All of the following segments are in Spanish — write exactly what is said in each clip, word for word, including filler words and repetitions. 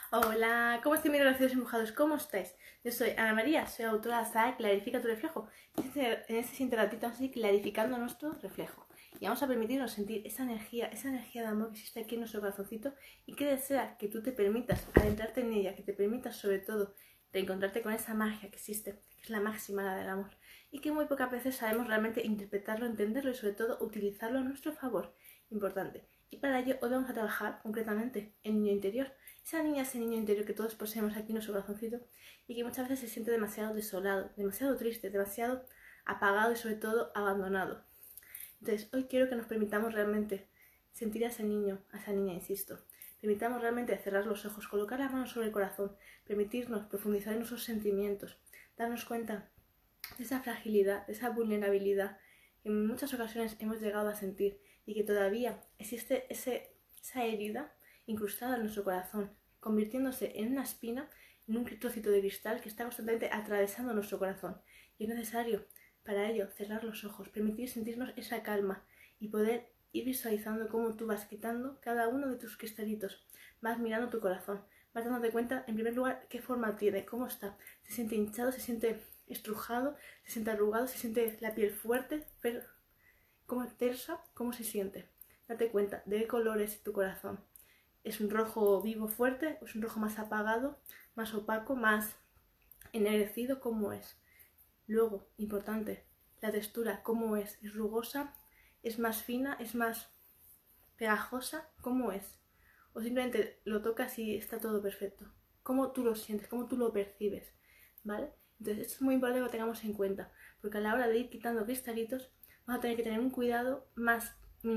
Hola, ¿cómo estáis mis graciosos empujados? ¿Cómo estáis? Yo soy Ana María, soy autora de la saga Clarifica tu reflejo. En este, en este siguiente ratito vamos a ir clarificando nuestro reflejo. Y vamos a permitirnos sentir esa energía, esa energía de amor que existe aquí en nuestro corazoncito y que desea que tú te permitas adentrarte en ella, que te permitas sobre todo reencontrarte con esa magia que existe, que es la máxima, la del amor. Y que muy pocas veces sabemos realmente interpretarlo, entenderlo y sobre todo utilizarlo a nuestro favor. Importante. Y para ello hoy vamos a trabajar concretamente en el niño interior. Esa niña, ese niño interior que todos poseemos aquí en nuestro corazoncito y que muchas veces se siente demasiado desolado, demasiado triste, demasiado apagado y sobre todo abandonado. Entonces, hoy quiero que nos permitamos realmente sentir a ese niño, a esa niña, insisto. Permitamos realmente cerrar los ojos, colocar las manos sobre el corazón, permitirnos profundizar en nuestros sentimientos, darnos cuenta de esa fragilidad, de esa vulnerabilidad que en muchas ocasiones hemos llegado a sentir y que todavía existe ese, esa herida incrustada en nuestro corazón, convirtiéndose en una espina, en un trocito de cristal que está constantemente atravesando nuestro corazón. Y es necesario para ello cerrar los ojos, permitir sentirnos esa calma y poder ir visualizando cómo tú vas quitando cada uno de tus cristalitos, vas mirando tu corazón, vas dándote cuenta en primer lugar qué forma tiene, cómo está, se siente hinchado, se siente estrujado, se siente arrugado, se siente la piel fuerte, pero cómo tersa, cómo se siente. Date cuenta de qué color es tu corazón. ¿Es un rojo vivo fuerte? ¿O es un rojo más apagado, más opaco, más ennegrecido? ¿Cómo es? Luego, importante, la textura, ¿cómo es? ¿Es rugosa? ¿Es más fina? ¿Es más pegajosa? ¿Cómo es? O simplemente lo tocas y está todo perfecto. ¿Cómo tú lo sientes? ¿Cómo tú lo percibes? ¿Vale? Entonces esto es muy importante que lo tengamos en cuenta, porque a la hora de ir quitando cristalitos vamos a tener que tener un cuidado más,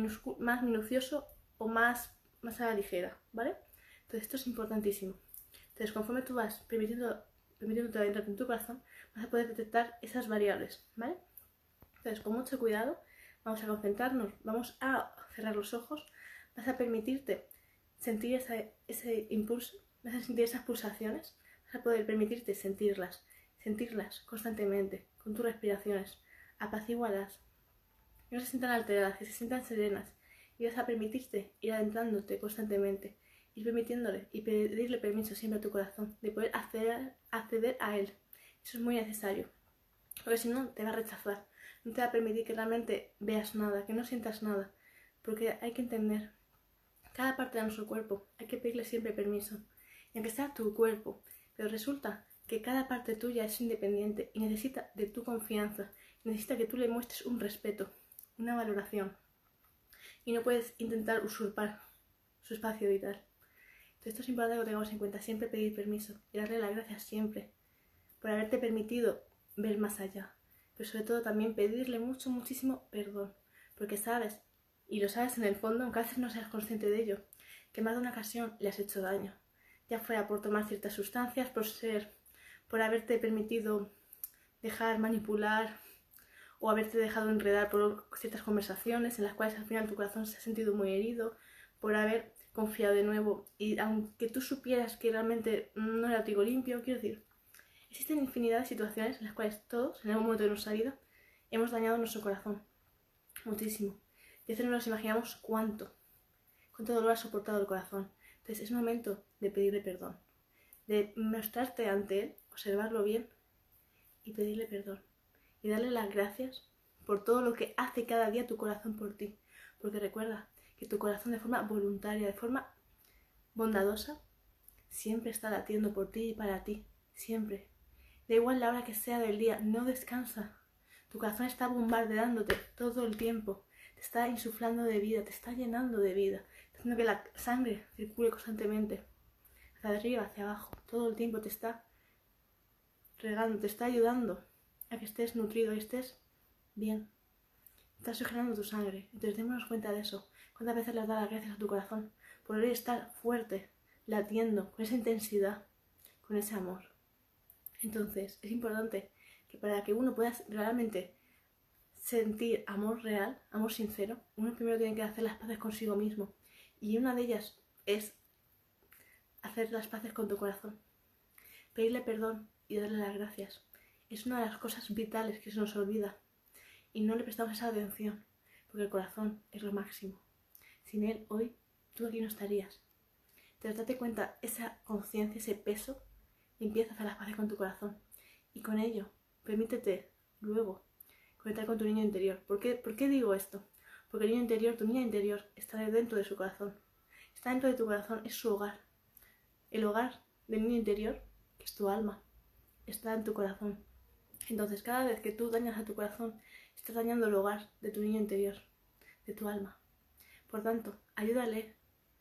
más minucioso o más, más a la ligera, ¿vale? Entonces esto es importantísimo. Entonces conforme tú vas permitiendo, permitiéndote adentrar en tu corazón, vas a poder detectar esas variables, ¿vale? Entonces con mucho cuidado vamos a concentrarnos, vamos a cerrar los ojos, vas a permitirte sentir ese, ese impulso, vas a sentir esas pulsaciones, vas a poder permitirte sentirlas, sentirlas constantemente con tus respiraciones, apacigualas, que no se sientan alteradas, que se sientan serenas, y vas a permitirte ir adentrándote constantemente, ir permitiéndole y pedirle permiso siempre a tu corazón de poder acceder, acceder a él. Eso es muy necesario, porque si no te va a rechazar, no te va a permitir que realmente veas nada, que no sientas nada, porque hay que entender cada parte de nuestro cuerpo, hay que pedirle siempre permiso, y aunque sea tu cuerpo, pero resulta que cada parte tuya es independiente y necesita de tu confianza, necesita que tú le muestres un respeto, una valoración, y no puedes intentar usurpar su espacio vital. Entonces esto es importante que lo tengamos en cuenta, siempre pedir permiso y darle las gracias siempre por haberte permitido ver más allá, pero sobre todo también pedirle mucho, muchísimo perdón, porque sabes, y lo sabes en el fondo, aunque a veces no seas consciente de ello, que más de una ocasión le has hecho daño, ya fuera por tomar ciertas sustancias, por ser, por haberte permitido dejar manipular o haberte dejado enredar por ciertas conversaciones en las cuales al final tu corazón se ha sentido muy herido, por haber confiado de nuevo y aunque tú supieras que realmente no era trigo limpio, quiero decir, existen infinidad de situaciones en las cuales todos, en algún momento de nuestra vida, hemos dañado nuestro corazón muchísimo. Y a veces no nos imaginamos cuánto, cuánto dolor ha soportado el corazón. Entonces es momento de pedirle perdón, de mostrarte ante él, observarlo bien y pedirle perdón. Y darle las gracias por todo lo que hace cada día tu corazón por ti. Porque recuerda que tu corazón de forma voluntaria, de forma bondadosa, siempre está latiendo por ti y para ti. Siempre. Da igual la hora que sea del día, no descansa. Tu corazón está bombardeándote todo el tiempo. Te está insuflando de vida, te está llenando de vida. Está haciendo que la sangre circule constantemente. Hacia arriba, hacia abajo. Todo el tiempo te está regando, te está ayudando a que estés nutrido y estés bien. Estás oxigenando tu sangre. Entonces démonos cuenta de eso. ¿Cuántas veces le has dado las gracias a tu corazón por hoy estar fuerte, latiendo, con esa intensidad, con ese amor? Entonces es importante que para que uno pueda realmente sentir amor real, amor sincero, uno primero tiene que hacer las paces consigo mismo. Y una de ellas es hacer las paces con tu corazón. Pedirle perdón y darle las gracias. Es una de las cosas vitales que se nos olvida. Y no le prestamos esa atención, porque el corazón es lo máximo. Sin él, hoy, tú aquí no estarías. Tras darte cuenta esa conciencia, ese peso, empieza a hacer las paces con tu corazón. Y con ello, permítete luego conectar con tu niño interior. ¿Por qué, ¿Por qué digo esto? Porque el niño interior, tu niña interior, está dentro de su corazón. Está dentro de tu corazón, es su hogar. El hogar del niño interior, que es tu alma, está en tu corazón. Entonces, cada vez que tú dañas a tu corazón, estás dañando el hogar de tu niño interior, de tu alma. Por tanto, ayúdale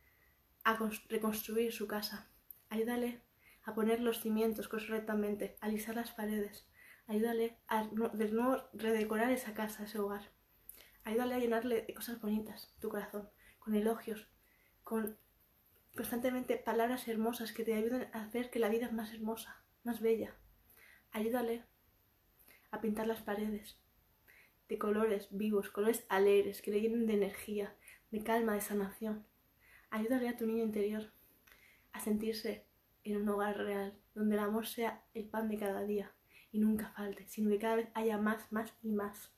a reconstruir su casa. Ayúdale a poner los cimientos correctamente, a alisar las paredes. Ayúdale a de nuevo redecorar esa casa, ese hogar. Ayúdale a llenarle de cosas bonitas tu corazón, con elogios, con constantemente palabras hermosas que te ayuden a ver que la vida es más hermosa, más bella. Ayúdale a pintar las paredes de colores vivos, colores alegres, que le llenen de energía, de calma, de sanación. Ayúdale a tu niño interior a sentirse en un hogar real, donde el amor sea el pan de cada día y nunca falte, sino que cada vez haya más, más y más.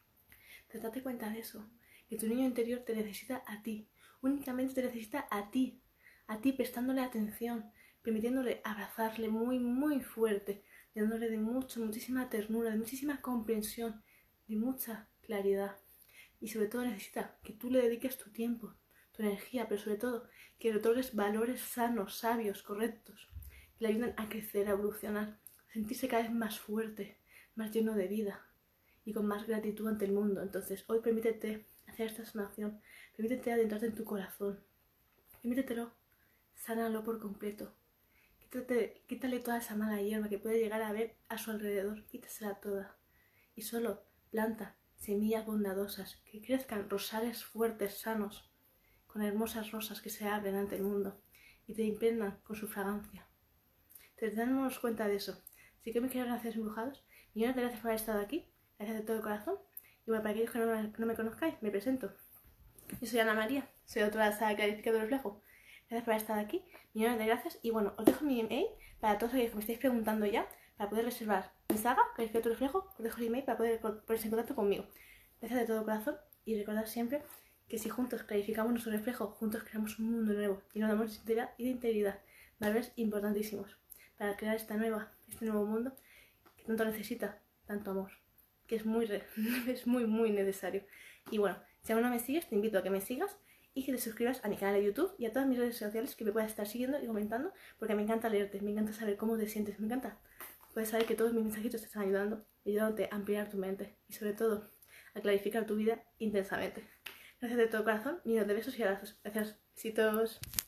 Te date cuenta de eso, que tu niño interior te necesita a ti, únicamente te necesita a ti, a ti prestándole atención, permitiéndole abrazarle muy, muy fuerte, dándole de mucho, muchísima ternura, de muchísima comprensión, de mucha claridad. Y sobre todo necesita que tú le dediques tu tiempo, tu energía, pero sobre todo que le otorgues valores sanos, sabios, correctos, que le ayuden a crecer, a evolucionar, a sentirse cada vez más fuerte, más lleno de vida y con más gratitud ante el mundo. Entonces, hoy permítete hacer esta sanación, permítete adentrarte en tu corazón, permítetelo, sánalo por completo. Quítate, quítale toda esa mala hierba que puede llegar a ver a su alrededor, quítasela toda y solo planta semillas bondadosas que crezcan rosales fuertes, sanos, con hermosas rosas que se abren ante el mundo y te impregnan con su fragancia. Te damos cuenta de eso. Así que me quiero agradecer, embrujados. Millones de gracias por haber estado aquí. Gracias de todo corazón. Y bueno, para aquellos que no me, no me conozcáis, me presento. Yo soy Ana María, soy autora de la saga Clarifica tu reflejo. Gracias por haber estado aquí. Millones de gracias. Y bueno, os dejo mi email para todos aquellos que me estáis preguntando ya, para poder reservar mi saga Clarifica tu reflejo. Os dejo el email para poder ponerse en contacto conmigo. Gracias de todo corazón y recordad siempre que si juntos clarificamos nuestro reflejo, juntos creamos un mundo nuevo, lleno de amor, sinceridad y de integridad. Valores importantísimos para crear esta nueva, este nuevo mundo que tanto necesita, tanto amor, que es muy, re, es muy, muy necesario. Y bueno, si aún no me sigues, te invito a que me sigas y que te suscribas a mi canal de YouTube y a todas mis redes sociales, que me puedas estar siguiendo y comentando, porque me encanta leerte, me encanta saber cómo te sientes, me encanta. Puedes saber que todos mis mensajitos te están ayudando, ayudándote a ampliar tu mente y sobre todo a clarificar tu vida intensamente. Gracias de todo corazón, millones de besos y abrazos. Gracias, besitos.